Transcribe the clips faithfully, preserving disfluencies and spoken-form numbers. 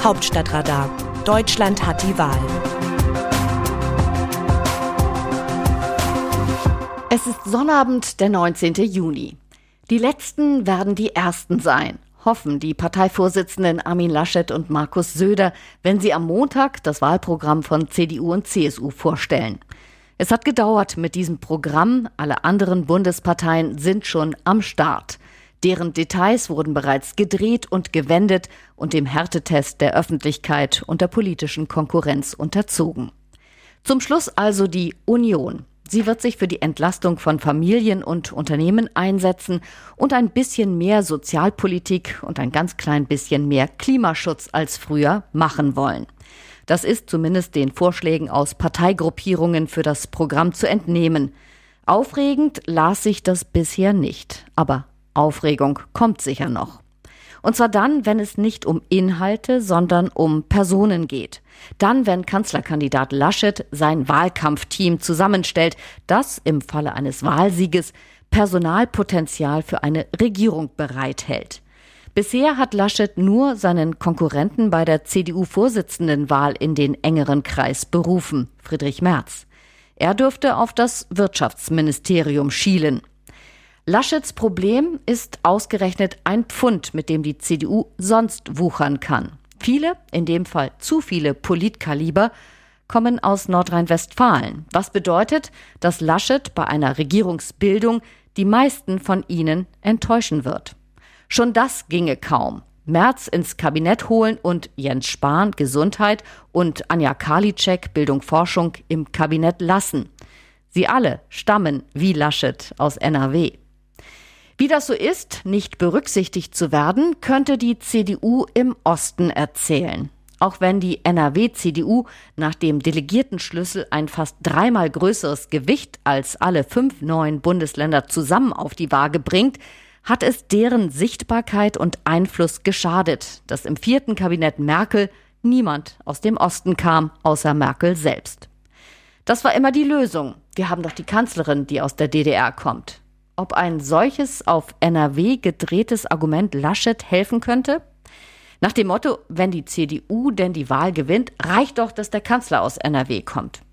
Hauptstadtradar. Deutschland hat die Wahl. Es ist Sonnabend, der neunzehnten Juni. Die Letzten werden die Ersten sein, hoffen die Parteivorsitzenden Armin Laschet und Markus Söder, wenn sie am Montag das Wahlprogramm von C D U und C S U vorstellen. Es hat gedauert mit diesem Programm, alle anderen Bundesparteien sind schon am Start. Deren Details wurden bereits gedreht und gewendet und dem Härtetest der Öffentlichkeit und der politischen Konkurrenz unterzogen. Zum Schluss also die Union. Sie wird sich für die Entlastung von Familien und Unternehmen einsetzen und ein bisschen mehr Sozialpolitik und ein ganz klein bisschen mehr Klimaschutz als früher machen wollen. Das ist zumindest den Vorschlägen aus Parteigruppierungen für das Programm zu entnehmen. Aufregend las sich das bisher nicht, aber Aufregung kommt sicher noch. Und zwar dann, wenn es nicht um Inhalte, sondern um Personen geht. Dann, wenn Kanzlerkandidat Laschet sein Wahlkampfteam zusammenstellt, das im Falle eines Wahlsieges Personalpotenzial für eine Regierung bereithält. Bisher hat Laschet nur seinen Konkurrenten bei der C D U-Vorsitzendenwahl in den engeren Kreis berufen, Friedrich Merz. Er dürfte auf das Wirtschaftsministerium schielen. Laschets Problem ist ausgerechnet ein Pfund, mit dem die C D U sonst wuchern kann. Viele, in dem Fall zu viele Politkaliber, kommen aus Nordrhein-Westfalen. Was bedeutet, dass Laschet bei einer Regierungsbildung die meisten von ihnen enttäuschen wird. Schon das ginge kaum. Merz ins Kabinett holen und Jens Spahn Gesundheit und Anja Karliczek Bildung Forschung im Kabinett lassen. Sie alle stammen wie Laschet aus N R W. Wie das so ist, nicht berücksichtigt zu werden, könnte die C D U im Osten erzählen. Auch wenn die N R W-C D U nach dem Delegiertenschlüssel ein fast dreimal größeres Gewicht als alle fünf neuen Bundesländer zusammen auf die Waage bringt, hat es deren Sichtbarkeit und Einfluss geschadet, dass im vierten Kabinett Merkel niemand aus dem Osten kam, außer Merkel selbst. Das war immer die Lösung. Wir haben doch die Kanzlerin, die aus der D D R kommt. Ob ein solches auf N R W gedrehtes Argument Laschet helfen könnte? Nach dem Motto, wenn die C D U denn die Wahl gewinnt, reicht doch, dass der Kanzler aus N R W kommt.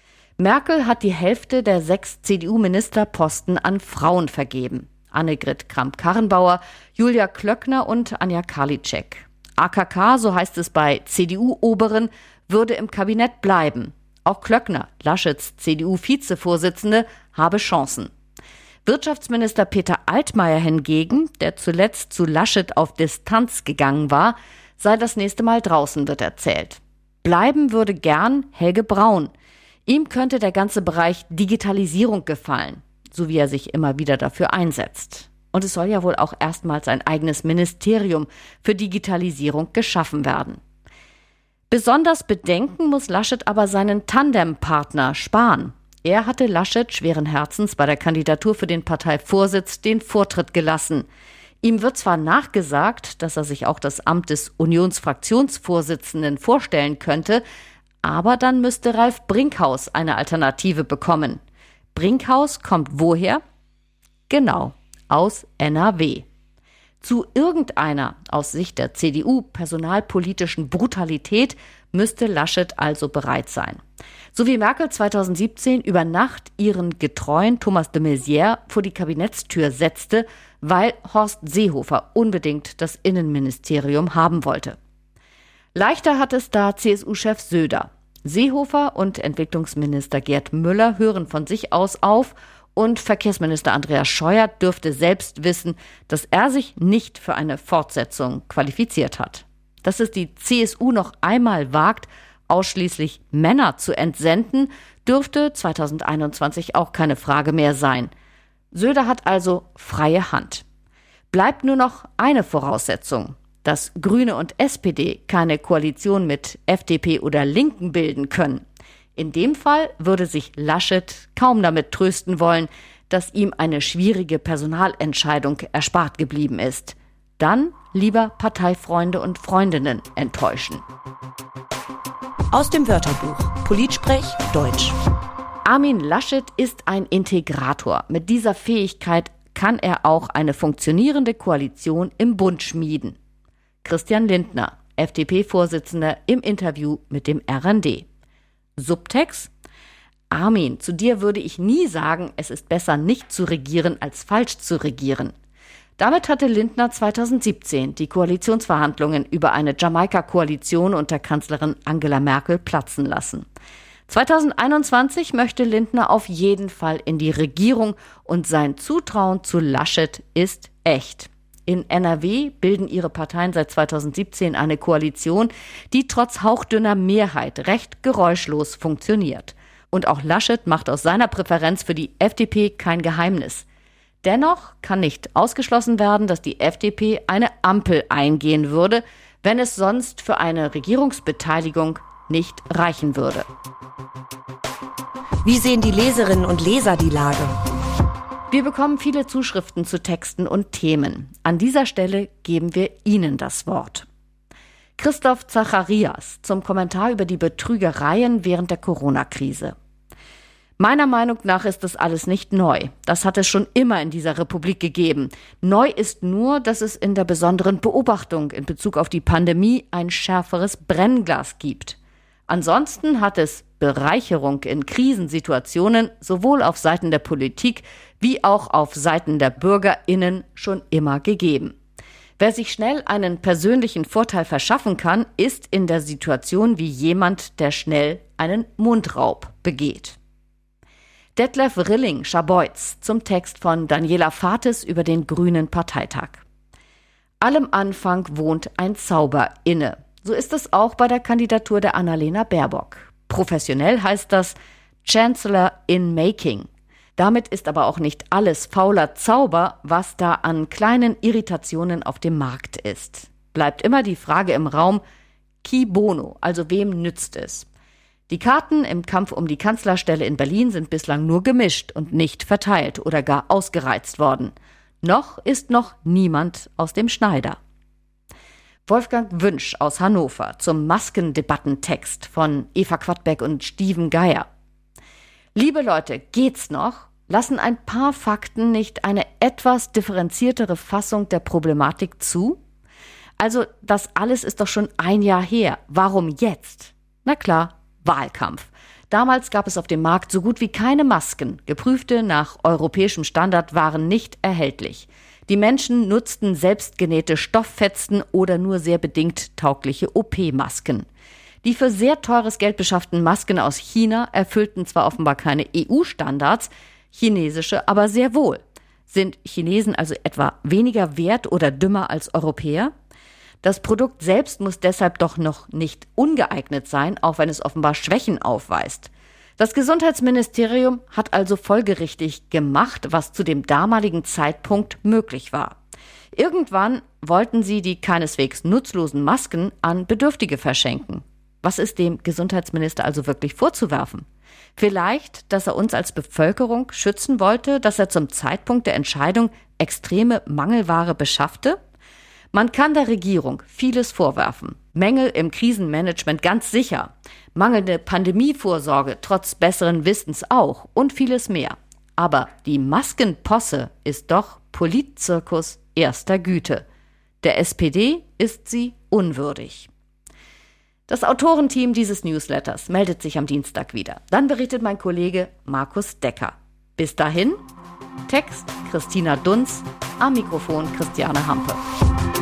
Merkel hat die Hälfte der sechs C D U-Ministerposten an Frauen vergeben. Annegret Kramp-Karrenbauer, Julia Klöckner und Anja Karliczek. A K K, so heißt es bei C D U-Oberen, würde im Kabinett bleiben. Auch Klöckner, Laschets C D U-Vizevorsitzende, habe Chancen. Wirtschaftsminister Peter Altmaier hingegen, der zuletzt zu Laschet auf Distanz gegangen war, sei das nächste Mal draußen, wird erzählt. Bleiben würde gern Helge Braun. Ihm könnte der ganze Bereich Digitalisierung gefallen, so wie er sich immer wieder dafür einsetzt. Und es soll ja wohl auch erstmals ein eigenes Ministerium für Digitalisierung geschaffen werden. Besonders bedenken muss Laschet aber seinen Tandempartner Spahn. Er hatte Laschet schweren Herzens bei der Kandidatur für den Parteivorsitz den Vortritt gelassen. Ihm wird zwar nachgesagt, dass er sich auch das Amt des Unionsfraktionsvorsitzenden vorstellen könnte, aber dann müsste Ralf Brinkhaus eine Alternative bekommen. Brinkhaus kommt woher? Genau, aus N R W. Zu irgendeiner, aus Sicht der C D U, personalpolitischen Brutalität müsste Laschet also bereit sein. So wie Merkel zweitausendsiebzehn über Nacht ihren Getreuen Thomas de Maizière vor die Kabinettstür setzte, weil Horst Seehofer unbedingt das Innenministerium haben wollte. Leichter hat es da C S U-Chef Söder. Seehofer und Entwicklungsminister Gerd Müller hören von sich aus auf und Verkehrsminister Andreas Scheuer dürfte selbst wissen, dass er sich nicht für eine Fortsetzung qualifiziert hat. Dass es die C S U noch einmal wagt, ausschließlich Männer zu entsenden, dürfte zweitausendeinundzwanzig auch keine Frage mehr sein. Söder hat also freie Hand. Bleibt nur noch eine Voraussetzung, dass Grüne und S P D keine Koalition mit F D P oder Linken bilden können. In dem Fall würde sich Laschet kaum damit trösten wollen, dass ihm eine schwierige Personalentscheidung erspart geblieben ist. Dann lieber Parteifreunde und Freundinnen enttäuschen. Aus dem Wörterbuch Politsprech Deutsch. Armin Laschet ist ein Integrator. Mit dieser Fähigkeit kann er auch eine funktionierende Koalition im Bund schmieden. Christian Lindner, F D P-Vorsitzender im Interview mit dem R N D. Subtext: Armin, zu dir würde ich nie sagen, es ist besser nicht zu regieren als falsch zu regieren. Damit hatte Lindner zweitausendsiebzehn die Koalitionsverhandlungen über eine Jamaika-Koalition unter Kanzlerin Angela Merkel platzen lassen. zweitausendeinundzwanzig möchte Lindner auf jeden Fall in die Regierung und sein Zutrauen zu Laschet ist echt. In N R W bilden ihre Parteien seit zweitausendsiebzehn eine Koalition, die trotz hauchdünner Mehrheit recht geräuschlos funktioniert. Und auch Laschet macht aus seiner Präferenz für die F D P kein Geheimnis. Dennoch kann nicht ausgeschlossen werden, dass die F D P eine Ampel eingehen würde, wenn es sonst für eine Regierungsbeteiligung nicht reichen würde. Wie sehen die Leserinnen und Leser die Lage? Wir bekommen viele Zuschriften zu Texten und Themen. An dieser Stelle geben wir Ihnen das Wort. Christoph Zacharias zum Kommentar über die Betrügereien während der Corona-Krise. Meiner Meinung nach ist das alles nicht neu. Das hat es schon immer in dieser Republik gegeben. Neu ist nur, dass es in der besonderen Beobachtung in Bezug auf die Pandemie ein schärferes Brennglas gibt. Ansonsten hat es Bereicherung in Krisensituationen sowohl auf Seiten der Politik wie auch auf Seiten der BürgerInnen schon immer gegeben. Wer sich schnell einen persönlichen Vorteil verschaffen kann, ist in der Situation wie jemand, der schnell einen Mundraub begeht. Detlef Rilling-Scharbeutz zum Text von Daniela Fates über den Grünen Parteitag. Allem Anfang wohnt ein Zauber inne. So ist es auch bei der Kandidatur der Annalena Baerbock. Professionell heißt das Chancellor in Making. Damit ist aber auch nicht alles fauler Zauber, was da an kleinen Irritationen auf dem Markt ist. Bleibt immer die Frage im Raum, qui bono, also wem nützt es? Die Karten im Kampf um die Kanzlerstelle in Berlin sind bislang nur gemischt und nicht verteilt oder gar ausgereizt worden. Noch ist noch niemand aus dem Schneider. Wolfgang Wünsch aus Hannover zum Maskendebattentext von Eva Quadbeck und Steven Geier. Liebe Leute, geht's noch? Lassen ein paar Fakten nicht eine etwas differenziertere Fassung der Problematik zu? Also, das alles ist doch schon ein Jahr her. Warum jetzt? Na klar, Wahlkampf. Damals gab es auf dem Markt so gut wie keine Masken. Geprüfte nach europäischem Standard waren nicht erhältlich. Die Menschen nutzten selbstgenähte Stofffetzen oder nur sehr bedingt taugliche O P-Masken. Die für sehr teures Geld beschafften Masken aus China erfüllten zwar offenbar keine E U-Standards, chinesische aber sehr wohl. Sind Chinesen also etwa weniger wert oder dümmer als Europäer? Das Produkt selbst muss deshalb doch noch nicht ungeeignet sein, auch wenn es offenbar Schwächen aufweist. Das Gesundheitsministerium hat also folgerichtig gemacht, was zu dem damaligen Zeitpunkt möglich war. Irgendwann wollten sie die keineswegs nutzlosen Masken an Bedürftige verschenken. Was ist dem Gesundheitsminister also wirklich vorzuwerfen? Vielleicht, dass er uns als Bevölkerung schützen wollte, dass er zum Zeitpunkt der Entscheidung extreme Mangelware beschaffte? Man kann der Regierung vieles vorwerfen. Mängel im Krisenmanagement ganz sicher. Mangelnde Pandemievorsorge trotz besseren Wissens auch und vieles mehr. Aber die Maskenposse ist doch Politzirkus erster Güte. Der S P D ist sie unwürdig. Das Autorenteam dieses Newsletters meldet sich am Dienstag wieder. Dann berichtet mein Kollege Markus Decker. Bis dahin, Text Christina Dunz, am Mikrofon Christiane Hampe.